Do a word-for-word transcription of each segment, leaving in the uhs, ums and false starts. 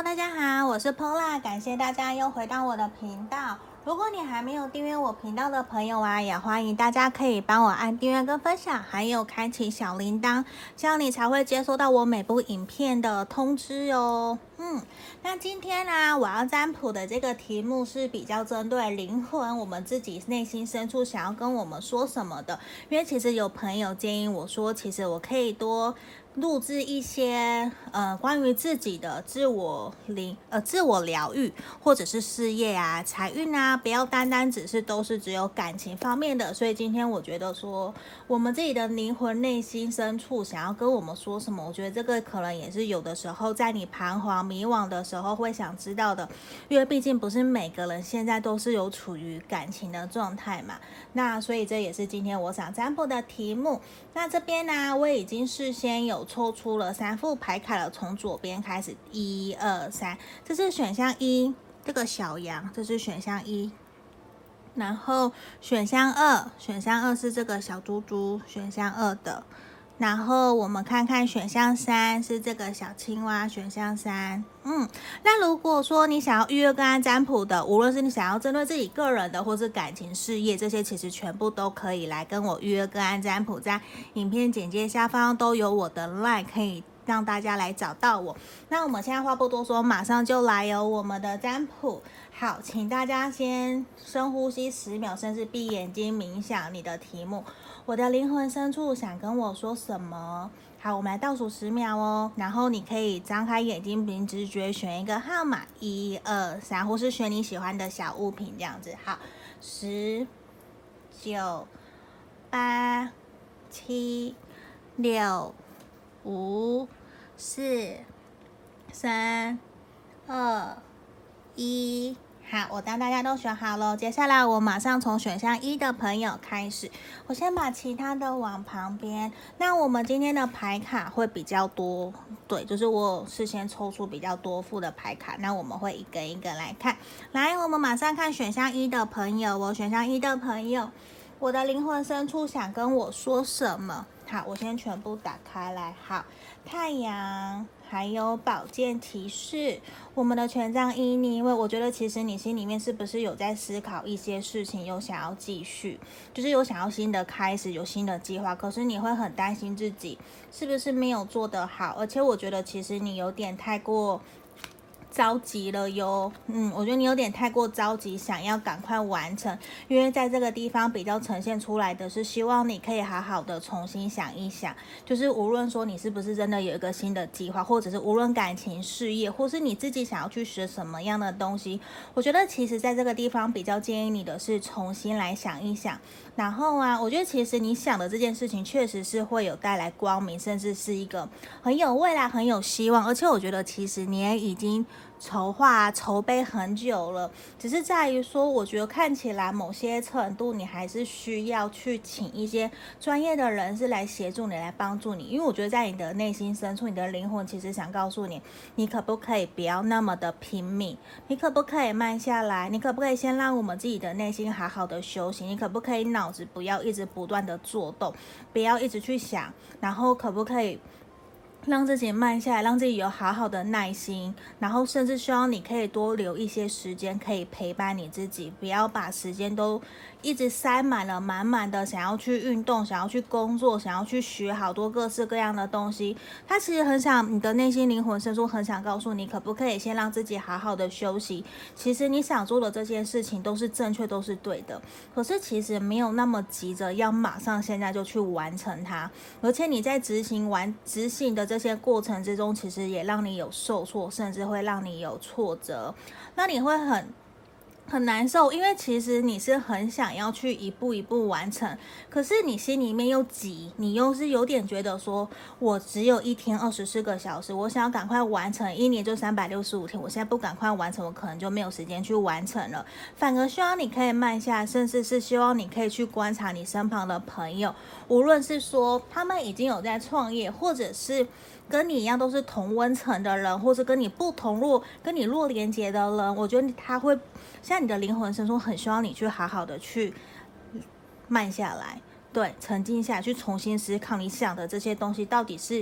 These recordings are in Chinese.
大家好，我是 Pola， 感谢大家又回到我的频道。如果你还没有订阅我频道的朋友啊，也欢迎大家可以帮我按订阅跟分享，还有开启小铃铛，这样你才会接收到我每部影片的通知哦。嗯，那今天呢、啊，我要占卜的这个题目是比较针对灵魂，我们自己内心深处想要跟我们说什么的。因为其实有朋友建议我说，其实我可以多录制一些呃关于自己的自我灵呃自我疗愈，或者是事业啊、财运啊，不要单单只是都是只有感情方面的。所以今天我觉得说，我们自己的灵魂内心深处想要跟我们说什么，我觉得这个可能也是有的时候在你彷徨迷惘的时候会想知道的，因为毕竟不是每个人现在都是有处于感情的状态嘛。那所以这也是今天我想占卜的题目。那这边呢，我已经事先有抽出了三副牌卡了，从左边开始，一二三，这是选项一，这个小羊，这是选项一。然后选项二，选项二是这个小猪猪，选项二的。然后我们看看选项三是这个小青蛙，选项三。嗯，那如果说你想要预约个案占卜的，无论是你想要针对自己个人的，或是感情事业，这些其实全部都可以来跟我预约个案占卜，在影片简介下方都有我的 line 可以让大家来找到我。那我们现在话不多说，马上就来有我们的占卜。好，请大家先深呼吸十秒，甚至闭眼睛冥想你的题目。我的灵魂深处想跟我说什么？好，我们来倒数十秒哦。然后你可以张开眼睛，凭直觉选一个号码，一二三，或是选你喜欢的小物品这样子。好，十、九、八、七、六、五、四、三、二、一。好，我当大家都选好了，接下来我马上从选项一的朋友开始，我先把其他的往旁边。那我们今天的牌卡会比较多，对，就是我事先抽出比较多副的牌卡，那我们会一个一个来看。来，我们马上看选项一的朋友，我选项一的朋友，我的灵魂深处想跟我说什么？好，我先全部打开来。好，太阳。还有宝剑提示，我们的权杖一逆，因为我觉得其实你心里面是不是有在思考一些事情，有想要继续，就是有想要新的开始，有新的计划，可是你会很担心自己是不是没有做得好，而且我觉得其实你有点太过着急了哟，嗯，我觉得你有点太过着急，想要赶快完成，因为在这个地方比较呈现出来的是希望你可以好好的重新想一想，就是无论说你是不是真的有一个新的计划，或者是无论感情事业，或是你自己想要去学什么样的东西，我觉得其实在这个地方比较建议你的是重新来想一想，然后啊，我觉得其实你想的这件事情确实是会有带来光明，甚至是一个很有未来很有希望，而且我觉得其实你也已经筹划筹备很久了，只是在于说我觉得看起来某些程度你还是需要去请一些专业的人士来协助你，来帮助你，因为我觉得在你的内心深处，你的灵魂其实想告诉你，你可不可以不要那么的拼命，你可不可以慢下来，你可不可以先让我们自己的内心好好的休息，你可不可以脑子不要一直不断的做动，不要一直去想，然后可不可以让自己慢下来，让自己有好好的耐心，然后甚至希望你可以多留一些时间可以陪伴你自己，不要把时间都一直塞满了，满满的想要去运动，想要去工作，想要去学好多各式各样的东西。他其实很想，你的内心灵魂深处很想告诉你，可不可以先让自己好好的休息，其实你想做的这件事情都是正确，都是对的，可是其实没有那么急着要马上现在就去完成它，而且你在执行完执行的这些过程之中，其实也让你有受挫，甚至会让你有挫折，那你会很很难受，因为其实你是很想要去一步一步完成，可是你心里面又急，你又是有点觉得说，我只有一天二十四个小时，我想要赶快完成，一年就三百六十五天，我现在不赶快完成，我可能就没有时间去完成了。反而希望你可以慢下来，甚至是希望你可以去观察你身旁的朋友，无论是说他们已经有在创业，或者是跟你一样都是同温层的人，或是跟你不同弱、跟你弱连结的人，我觉得他会像你的灵魂深处很希望你去好好的去慢下来，对，沉静下来，去重新思考你想的这些东西到底是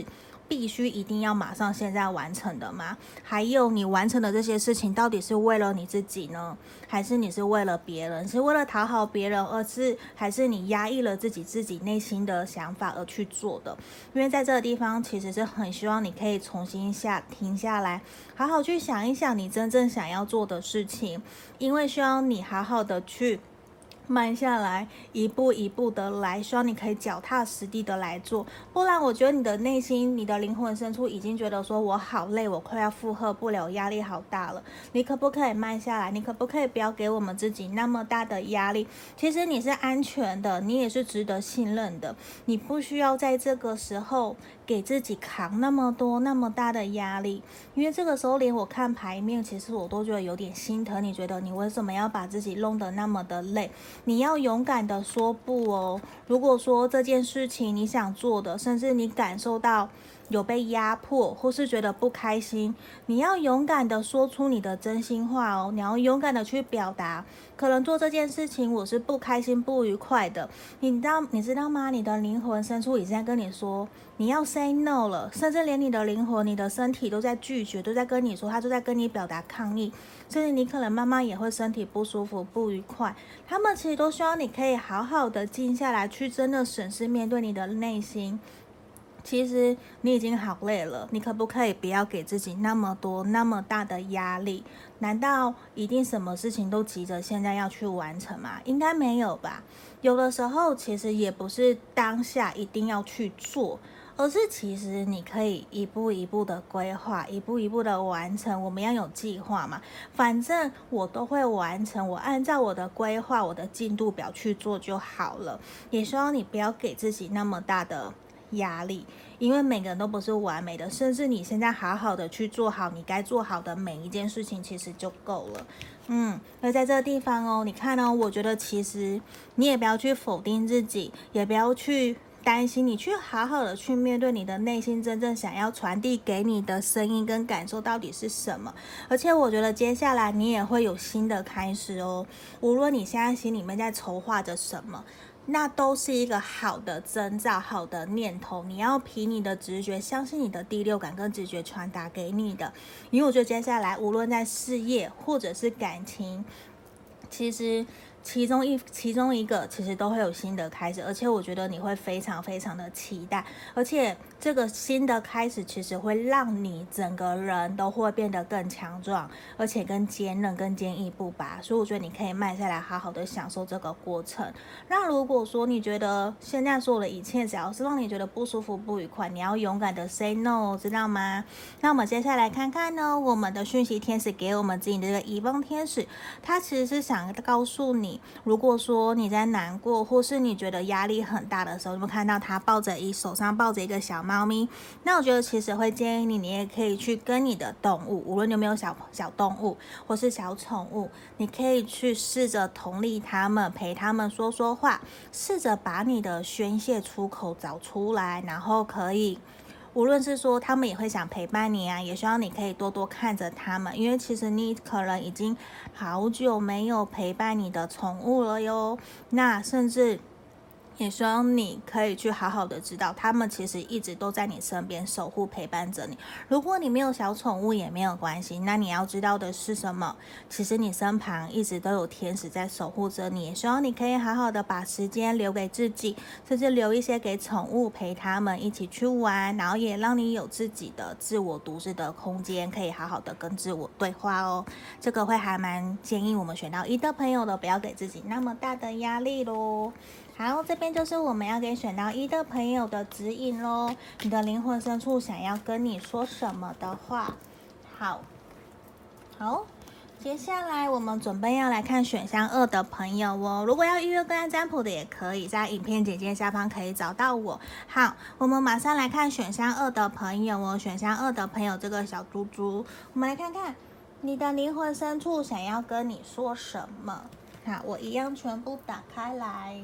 必须一定要马上现在完成的吗？还有你完成的这些事情到底是为了你自己呢，还是你是为了别人？是为了讨好别人，而是还是你压抑了自己自己内心的想法而去做的？因为在这个地方其实是很希望你可以重新下停下来，好好去想一想你真正想要做的事情，因为需要你好好的去慢下来，一步一步的来，希望你可以脚踏实地的来做，不然我觉得你的内心，你的灵魂深处已经觉得说我好累，我快要负荷不了，压力好大了。你可不可以慢下来？你可不可以不要给我们自己那么大的压力？其实你是安全的，你也是值得信任的，你不需要在这个时候给自己扛那么多那么大的压力。因为这个时候连我看牌面，其实我都觉得有点心疼。你觉得你为什么要把自己弄得那么的累？你要勇敢的说不哦。如果说这件事情你想做的，甚至你感受到有被压迫，或是觉得不开心，你要勇敢的说出你的真心话哦。你要勇敢的去表达，可能做这件事情我是不开心不愉快的，你知道你知道吗？你的灵魂深处已经在跟你说你要 say no 了，甚至连你的灵魂你的身体都在拒绝，都在跟你说，他都在跟你表达抗议，甚至你可能慢慢也会身体不舒服不愉快。他们其实都希望你可以好好的静下来，去真的审视面对你的内心。其实你已经好累了，你可不可以不要给自己那么多那么大的压力？难道一定什么事情都急着现在要去完成吗？应该没有吧。有的时候其实也不是当下一定要去做，而是其实你可以一步一步的规划，一步一步的完成。我们要有计划嘛，反正我都会完成，我按照我的规划我的进度表去做就好了。也希望你不要给自己那么大的压力，因为每个人都不是完美的，甚至你现在好好的去做好你该做好的每一件事情其实就够了。嗯，而在这个地方哦，你看哦，我觉得其实你也不要去否定自己，也不要去担心，你去好好的去面对你的内心真正想要传递给你的声音跟感受到底是什么。而且我觉得接下来你也会有新的开始哦，无论你现在心里面在筹划着什么，那都是一个好的征兆，好的念头。你要凭你的直觉，相信你的第六感跟直觉传达给你的。因为我觉得接下来无论在事业或者是感情，其实其中一其中一个其实都会有新的开始，而且我觉得你会非常非常的期待，而且这个新的开始其实会让你整个人都会变得更强壮，而且更坚韧更坚毅不拔。所以我觉得你可以慢下来好好的享受这个过程。那如果说你觉得现在所有的一切只要是让你觉得不舒服不愉快，你要勇敢的 say no， 知道吗？那我们接下来看看呢，我们的讯息天使给我们自己的这个遗忘天使，他其实是想告诉你，如果说你在难过或是你觉得压力很大的时候，你会看到他抱着一手上抱着一个小猫咪。那我觉得其实会建议你，你也可以去跟你的动物，无论你有没有小小动物或是小宠物，你可以去试着同理他们，陪他们说说话，试着把你的宣泄出口找出来，然后可以无论是说他们也会想陪伴你啊，也希望你可以多多看着他们，因为其实你可能已经好久没有陪伴你的宠物了哟。那甚至也希望你可以去好好的知道，他们其实一直都在你身边守护陪伴着你。如果你没有小宠物也没有关系，那你要知道的是什么？其实你身旁一直都有天使在守护着你，也希望你可以好好的把时间留给自己，甚至留一些给宠物，陪他们一起去玩，然后也让你有自己的自我独自的空间，可以好好的跟自我对话哦。这个会还蛮建议我们选到一的朋友的，不要给自己那么大的压力咯。好，这边就是我们要给选到一的朋友的指引咯，你的灵魂深处想要跟你说什么的话。好，好，接下来我们准备要来看选项二的朋友哦。如果要预约个案占卜的，也可以在影片简介下方可以找到我。好，我们马上来看选项二的朋友哦。选项二的朋友，这个小猪猪，我们来看看你的灵魂深处想要跟你说什么。好，我一样全部打开来。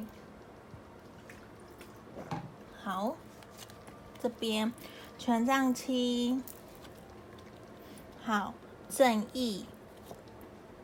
好，这边权杖七，好，正义，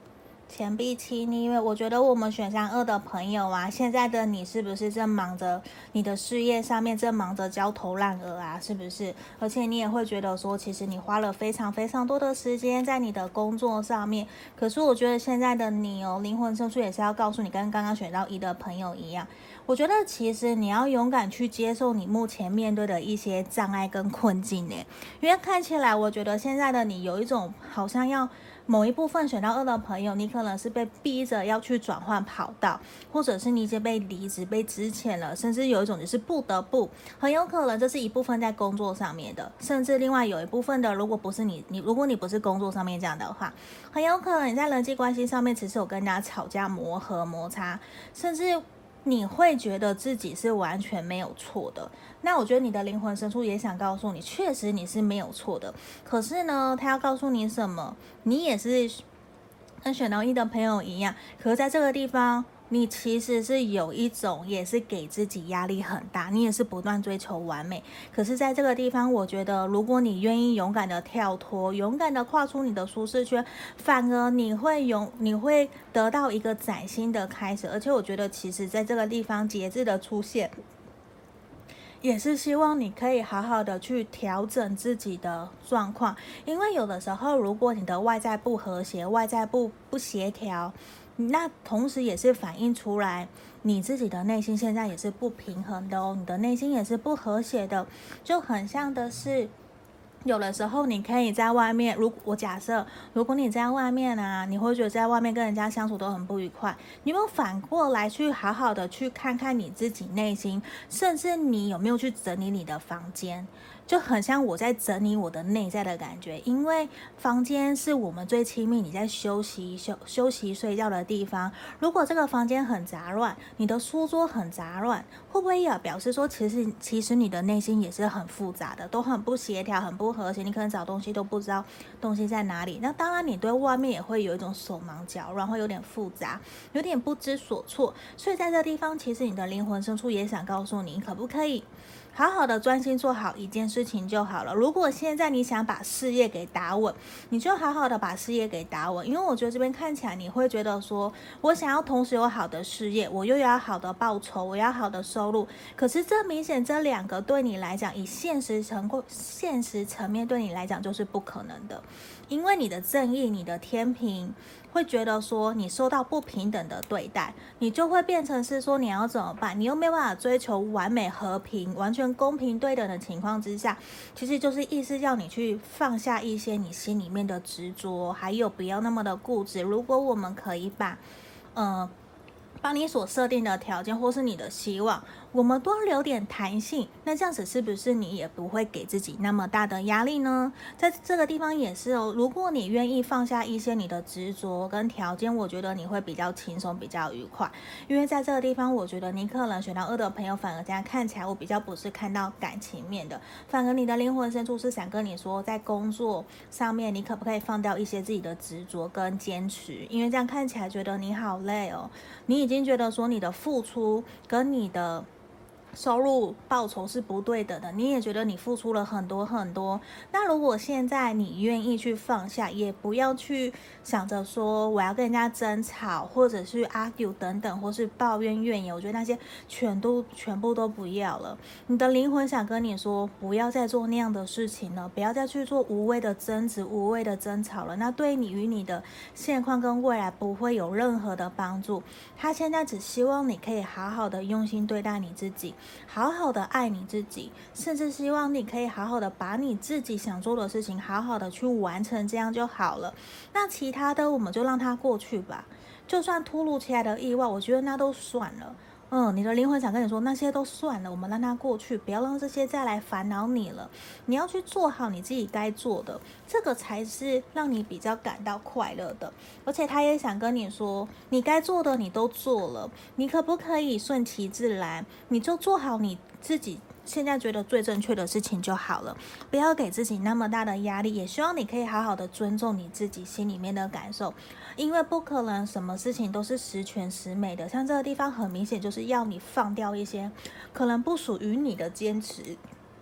钱币七逆位，我觉得我们选项二的朋友啊，现在的你是不是正忙着你的事业上面，正忙着焦头烂额啊？是不是？而且你也会觉得说，其实你花了非常非常多的时间在你的工作上面。可是我觉得现在的你哦，灵魂深处也是要告诉你，跟刚刚选到一的朋友一样，我觉得其实你要勇敢去接受你目前面对的一些障碍跟困境呢，因为看起来我觉得现在的你有一种好像要。某一部分选到二的朋友，你可能是被逼着要去转换跑道，或者是你已经被离职、被资遣了，甚至有一种就是不得不，很有可能这是一部分在工作上面的，甚至另外有一部分的，如果不是你，你如果你不是工作上面这样的话，很有可能你在人际关系上面其实有跟人家吵架、磨合、摩擦，甚至。你会觉得自己是完全没有错的，那我觉得你的灵魂深处也想告诉你，确实你是没有错的。可是呢，他要告诉你什么？你也是跟选到一的朋友一样，可是在这个地方，你其实是有一种也是给自己压力很大，你也是不断追求完美。可是在这个地方，我觉得如果你愿意勇敢的跳脱，勇敢的跨出你的舒适圈，反而你会勇，你会得到一个崭新的开始。而且我觉得，其实在这个地方节制的出现。也是希望你可以好好的去调整自己的状况，因为有的时候如果你的外在不和谐，外在不不协调，那同时也是反映出来你自己的内心现在也是不平衡的哦，你的内心也是不和谐的，就很像的是。有的时候你可以在外面，如我假设，如果你在外面啊，你会觉得在外面跟人家相处都很不愉快，你有没有反过来去好好的去看看你自己内心，甚至你有没有去整理你的房间？就很像我在整理我的内在的感觉，因为房间是我们最亲密，你在休息休休息睡觉的地方。如果这个房间很杂乱，你的书桌很杂乱，会不会也表示说，其实其实你的内心也是很复杂的，都很不协调，很不和谐，你可能找东西都不知道东西在哪里。那当然，你对外面也会有一种手忙脚乱，会有点复杂，有点不知所措。所以在这地方，其实你的灵魂深处也想告诉你，可不可以？好好的专心做好一件事情就好了。如果现在你想把事业给打稳，你就好好的把事业给打稳。因为我觉得这边看起来你会觉得说，我想要同时有好的事业，我又要好的报酬，我要好的收入。可是这明显这两个对你来讲，以现实层现实层面对你来讲就是不可能的，因为你的正义，你的天平。会觉得说你受到不平等的对待，你就会变成是说你要怎么办？你又没有办法追求完美和平、完全公平对等的情况之下，其实就是意思要你去放下一些你心里面的执着，还有不要那么的固执。如果我们可以把，呃。帮你所设定的条件或是你的希望，我们多留点弹性，那这样子是不是你也不会给自己那么大的压力呢？在这个地方也是哦，如果你愿意放下一些你的执着跟条件，我觉得你会比较轻松，比较愉快。因为在这个地方，我觉得你可能选到二的朋友，反而这样看起来，我比较不是看到感情面的，反而你的灵魂深处是想跟你说，在工作上面，你可不可以放掉一些自己的执着跟坚持？因为这样看起来觉得你好累哦，你已经觉得说你的付出跟你的收入报酬是不对等的，你也觉得你付出了很多很多。那如果现在你愿意去放下，也不要去想着说我要跟人家争吵，或者是 argue 等等，或是抱怨怨言，我觉得那些全都全部都不要了。你的灵魂想跟你说，不要再做那样的事情了，不要再去做无谓的争执、无谓的争吵了。那对你与你的现况跟未来不会有任何的帮助。他现在只希望你可以好好的用心对待你自己。好好的爱你自己，甚至希望你可以好好的把你自己想做的事情好好的去完成，这样就好了。那其他的我们就让它过去吧，就算突如其来的意外，我觉得那都算了。嗯，你的灵魂想跟你说，那些都算了，我们让它过去，不要让这些再来烦恼你了。你要去做好你自己该做的，这个才是让你比较感到快乐的。而且他也想跟你说，你该做的你都做了，你可不可以顺其自然？你就做好你自己现在觉得最正确的事情就好了，不要给自己那么大的压力。也希望你可以好好的尊重你自己心里面的感受，因为不可能什么事情都是十全十美的。像这个地方很明显就是要你放掉一些可能不属于你的坚持，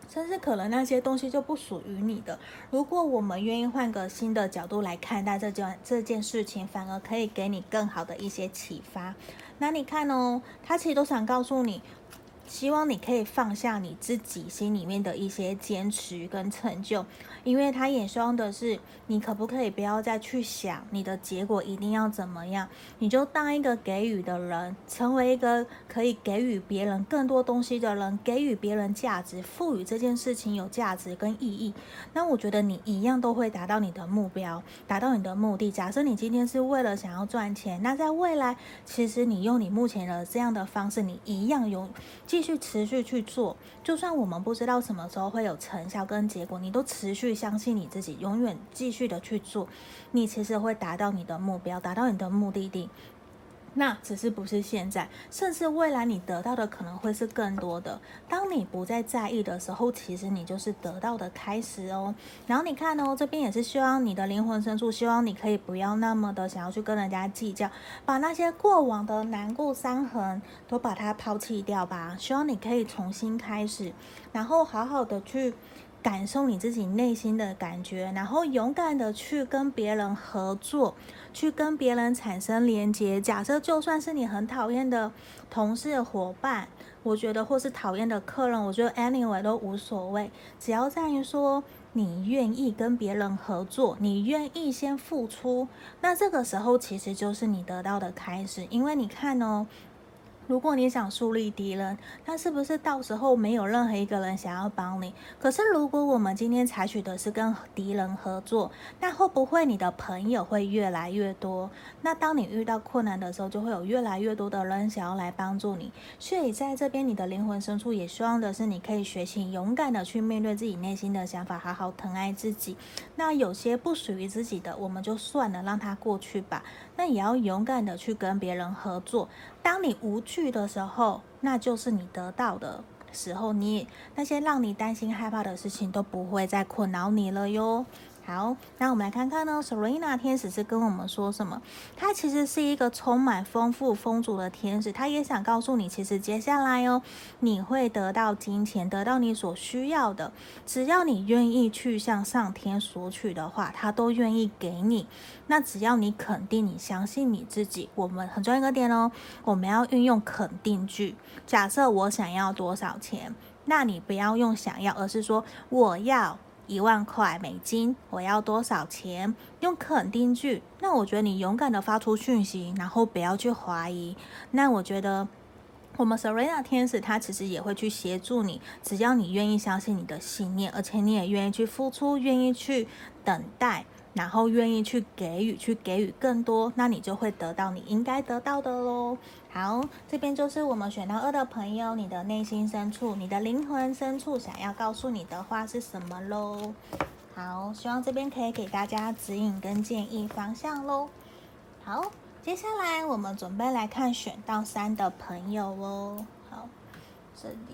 甚至可能那些东西就不属于你的。如果我们愿意换个新的角度来看待这件这件事情，反而可以给你更好的一些启发。那你看哦，他其实都想告诉你，希望你可以放下你自己心里面的一些坚持跟成就，因为他也希望的是你可不可以不要再去想你的结果一定要怎么样，你就当一个给予的人，成为一个可以给予别人更多东西的人，给予别人价值，赋予这件事情有价值跟意义。那我觉得你一样都会达到你的目标，达到你的目的。假设你今天是为了想要赚钱，那在未来其实你用你目前的这样的方式，你一样有继续持续去做，就算我们不知道什么时候会有成效跟结果，你都持续相信你自己，永远继续的去做，你其实会达到你的目标，达到你的目的地。那只是不是现在，甚至未来你得到的可能会是更多的。当你不再在意的时候，其实你就是得到的开始哦。然后你看哦，这边也是希望你的灵魂深处，希望你可以不要那么的想要去跟人家计较，把那些过往的难过伤痕都把它抛弃掉吧。希望你可以重新开始，然后好好的去感受你自己内心的感觉，然后勇敢的去跟别人合作，去跟别人产生连结。假设就算是你很讨厌的同事伙伴，我觉得或是讨厌的客人，我觉得 anyway 都无所谓，只要在于说你愿意跟别人合作，你愿意先付出，那这个时候其实就是你得到的开始。因为你看哦，如果你想树立敌人，那是不是到时候没有任何一个人想要帮你？可是如果我们今天采取的是跟敌人合作，那会不会你的朋友会越来越多？那当你遇到困难的时候，就会有越来越多的人想要来帮助你。所以在这边，你的灵魂深处也希望的是，你可以学习勇敢的去面对自己内心的想法，好好疼爱自己。那有些不属于自己的，我们就算了，让它过去吧。那也要勇敢的去跟别人合作。当你无惧的时候，那就是你得到的时候，你那些让你担心害怕的事情都不会再困扰你了哟。好，那我们来看看呢 Serena 天使是跟我们说什么。它其实是一个充满丰富丰足的天使，它也想告诉你，其实接下来哦，你会得到金钱，得到你所需要的，只要你愿意去向上天索取的话，它都愿意给你。那只要你肯定，你相信你自己。我们很重要一个点哦，我们要运用肯定句。假设我想要多少钱，那你不要用想要，而是说我要一万块美金，我要多少钱？用肯定句。那我觉得你勇敢的发出讯息，然后不要去怀疑。那我觉得我们 Serena 天使他其实也会去协助你，只要你愿意相信你的信念，而且你也愿意去付出，愿意去等待，然后愿意去给予，去给予更多，那你就会得到你应该得到的咯。好，这边就是我们选到二的朋友，你的内心深处，你的灵魂深处想要告诉你的话是什么咯。好，希望这边可以给大家指引跟建议方向咯。好，接下来我们准备来看选到三的朋友哦。好，这里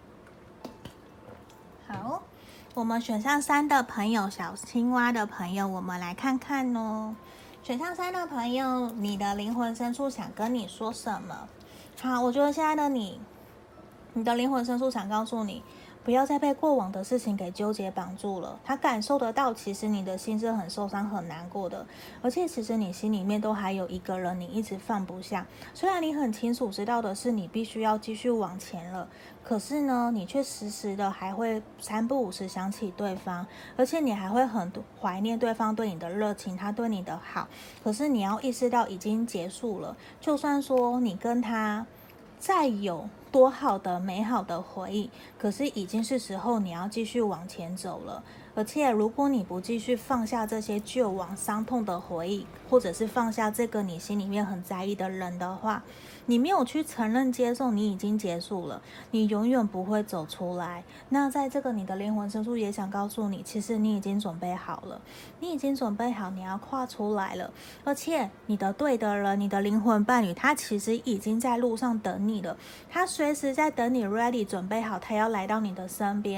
好，我们选上三的朋友，小青蛙的朋友，我们来看看哦。选上三的朋友，你的灵魂深处想跟你说什么？好，我觉得现在的你，你的灵魂深处想告诉你，不要再被过往的事情给纠结绑住了。他感受得到，其实你的心是很受伤、很难过的，而且其实你心里面都还有一个人，你一直放不下。虽然你很清楚知道的是你必须要继续往前了，可是呢，你却时时的还会三不五时想起对方，而且你还会很怀念对方对你的热情，他对你的好。可是你要意识到已经结束了，就算说你跟他再有多好的美好的回忆，可是已经是时候你要继续往前走了。而且如果你不继续放下这些旧往伤痛的回忆，或者是放下这个你心里面很在意的人的话，你没有去承认接受你已经结束了，你永远不会走出来。那在这个你的灵魂深处也想告诉你，其实你已经准备好了，你已经准备好你要跨出来了。而且你的对的人，你的灵魂伴侣，他其实已经在路上等你了，他随时在等你 ready 准备好，他要来到你的身边。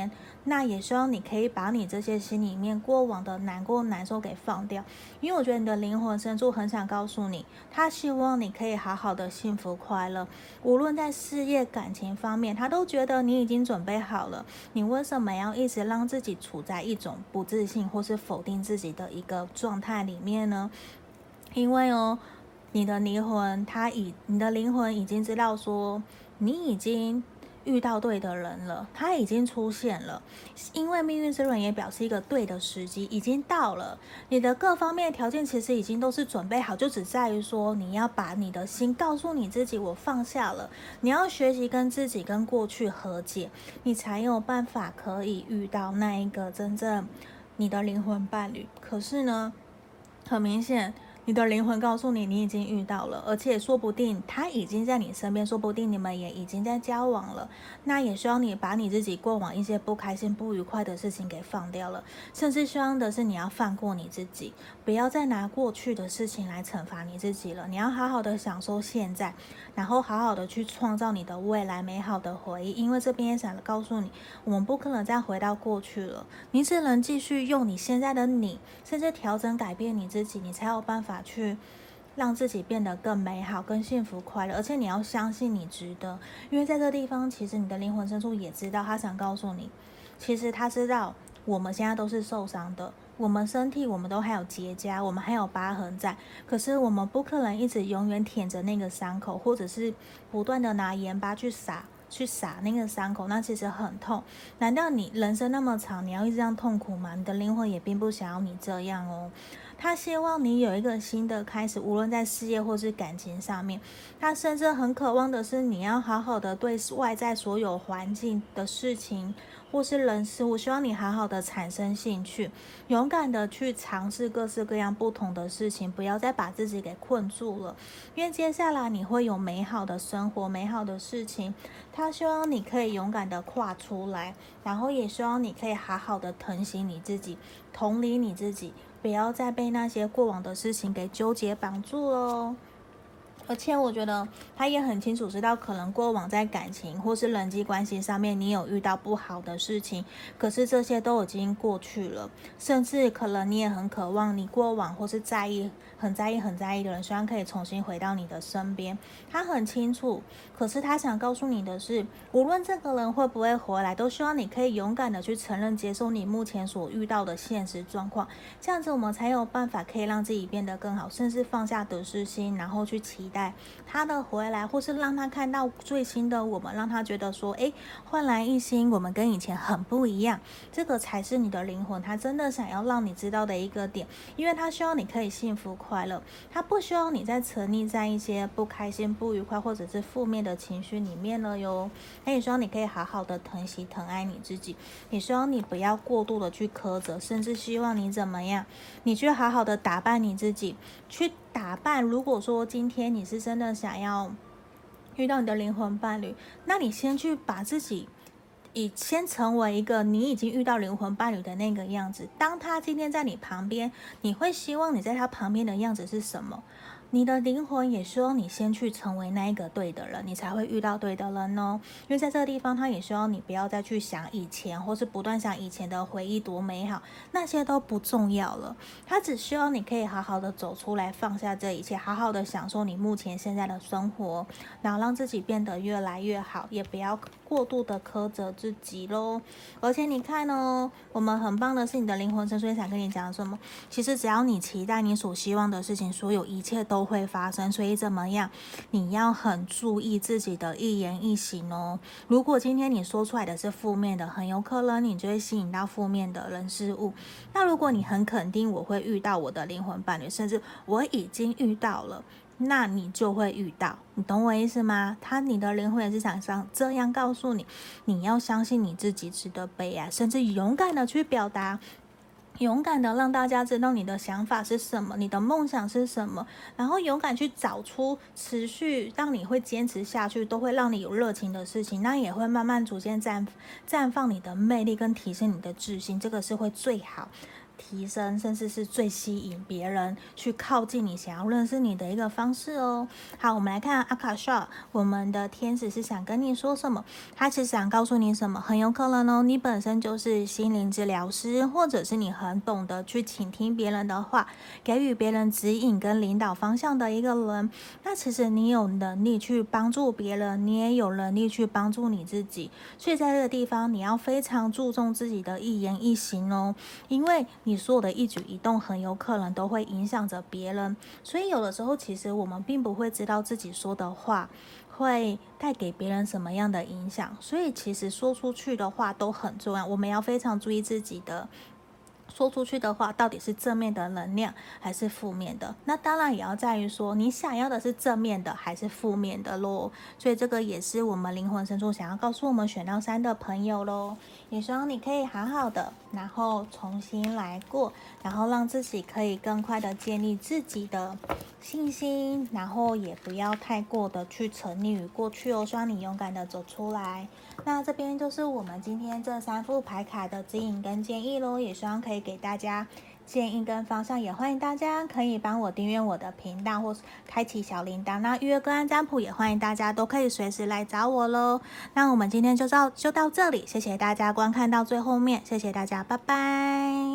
那也希望你可以把你这些心里面过往的难过难受给放掉，因为我觉得你的灵魂深处很想告诉你，他希望你可以好好的幸福快乐，无论在事业感情方面，他都觉得你已经准备好了，你为什么要一直让自己处在一种不自信或是否定自己的一个状态里面呢？因为哦，你的灵魂他已你的灵魂已经知道说你已经遇到对的人了，他已经出现了，因为命运之轮也表示一个对的时机已经到了，你的各方面条件其实已经都是准备好，就只在于说你要把你的心告诉你自己，我放下了，你要学习跟自己跟过去和解，你才有办法可以遇到那一个真正你的灵魂伴侣。可是呢，很明显你的灵魂告诉你你已经遇到了，而且说不定他已经在你身边，说不定你们也已经在交往了，那也希望你把你自己过往一些不开心不愉快的事情给放掉了，甚至希望的是你要放过你自己，不要再拿过去的事情来惩罚你自己了，你要好好的享受现在，然后好好的去创造你的未来美好的回忆。因为这边也想告诉你，我们不可能再回到过去了，你只能继续用你现在的你，甚至调整改变你自己，你才有办法去让自己变得更美好更幸福快乐。而且你要相信你值得，因为在这个地方其实你的灵魂深处也知道，他想告诉你，其实他知道我们现在都是受伤的，我们身体我们都还有结痂，我们还有疤痕在，可是我们不可能一直永远舔着那个伤口，或者是不断的拿盐巴去撒去撒那个伤口，那其实很痛。难道你人生那么长，你要一直这样痛苦吗？你的灵魂也并不想要你这样哦。他希望你有一个新的开始，无论在事业或是感情上面，他甚至很渴望的是你要好好的对外在所有环境的事情或是人事物，希望你好好的产生兴趣，勇敢的去尝试各式各样不同的事情，不要再把自己给困住了，因为接下来你会有美好的生活美好的事情，他希望你可以勇敢的跨出来，然后也希望你可以好好的疼惜你自己，同理你自己，不要再被那些过往的事情给纠结绑住了。而且我觉得他也很清楚知道，可能过往在感情或是人际关系上面你有遇到不好的事情，可是这些都已经过去了，甚至可能你也很渴望你过往或是在意很在意很在意的人，希望可以重新回到你的身边。他很清楚，可是他想告诉你的是，无论这个人会不会回来，都希望你可以勇敢的去承认接受你目前所遇到的现实状况，这样子我们才有办法可以让自己变得更好，甚至放下得失心，然后去期待他的回来，或是让他看到最新的我们，让他觉得说，诶，焕然一新，我们跟以前很不一样。这个才是你的灵魂他真的想要让你知道的一个点，因为他希望你可以幸福快乐，他不希望你再沉溺在一些不开心不愉快或者是负面的情绪里面了哟。他也希望你可以好好的疼惜疼爱你自己，也希望你不要过度的去苛责，甚至希望你怎么样，你去好好的打扮你自己，去打扮。如果说今天你是真的想要遇到你的灵魂伴侣，那你先去把自己以先成为一个你已经遇到灵魂伴侣的那个样子，当他今天在你旁边，你会希望你在他旁边的样子是什么？你的灵魂也希望你先去成为那一个对的人，你才会遇到对的人哦。因为在这个地方他也希望你不要再去想以前，或是不断想以前的回忆多美好，那些都不重要了。他只希望你可以好好的走出来，放下这一切，好好的享受你目前现在的生活，然后让自己变得越来越好，也不要过度的苛责自己咯。而且你看哦，我们很棒的是你的灵魂深处想跟你讲什么，其实只要你期待你所希望的事情，所有一切都会发生。所以怎么样，你要很注意自己的一言一行哦。如果今天你说出来的是负面的，很有可能你就会吸引到负面的人事物。那如果你很肯定我会遇到我的灵魂伴侣，甚至我已经遇到了，那你就会遇到，你懂我意思吗？他你的灵魂也是想上这样告诉你，你要相信你自己值得被爱，甚至勇敢的去表达，勇敢的让大家知道你的想法是什么，你的梦想是什么，然后勇敢去找出持续让你会坚持下去，都会让你有热情的事情，那也会慢慢逐渐绽绽放你的魅力跟提升你的自信，这个是会最好提升，甚至是最吸引别人去靠近你，想要认识你的一个方式哦。好，我们来看阿卡莎，我们的天使是想跟你说什么？他其实想告诉你什么？很有可能哦，你本身就是心灵治疗师，或者是你很懂得去倾听别人的话，给予别人指引跟领导方向的一个人。那其实你有能力去帮助别人，你也有能力去帮助你自己。所以在这个地方，你要非常注重自己的一言一行哦，因为你所有的一举一动很有可能都会影响着别人。所以有的时候，其实我们并不会知道自己说的话会带给别人什么样的影响，所以其实说出去的话都很重要，我们要非常注意自己的说出去的话到底是正面的能量还是负面的。那当然也要在于说你想要的是正面的还是负面的咯。所以这个也是我们灵魂深处想要告诉我们选到三的朋友咯。也希望你可以好好的然后重新来过，然后让自己可以更快的建立自己的信心，然后也不要太过的去沉溺于过去哦。希望你勇敢的走出来。那这边就是我们今天这三副牌卡的指引跟建议咯，也希望可以给大家建议跟方向，也欢迎大家可以帮我订阅我的频道或开启小铃铛。那预约个案占卜也欢迎大家都可以随时来找我咯。那我们今天就到就到这里，谢谢大家观看到最后面，谢谢大家，拜拜。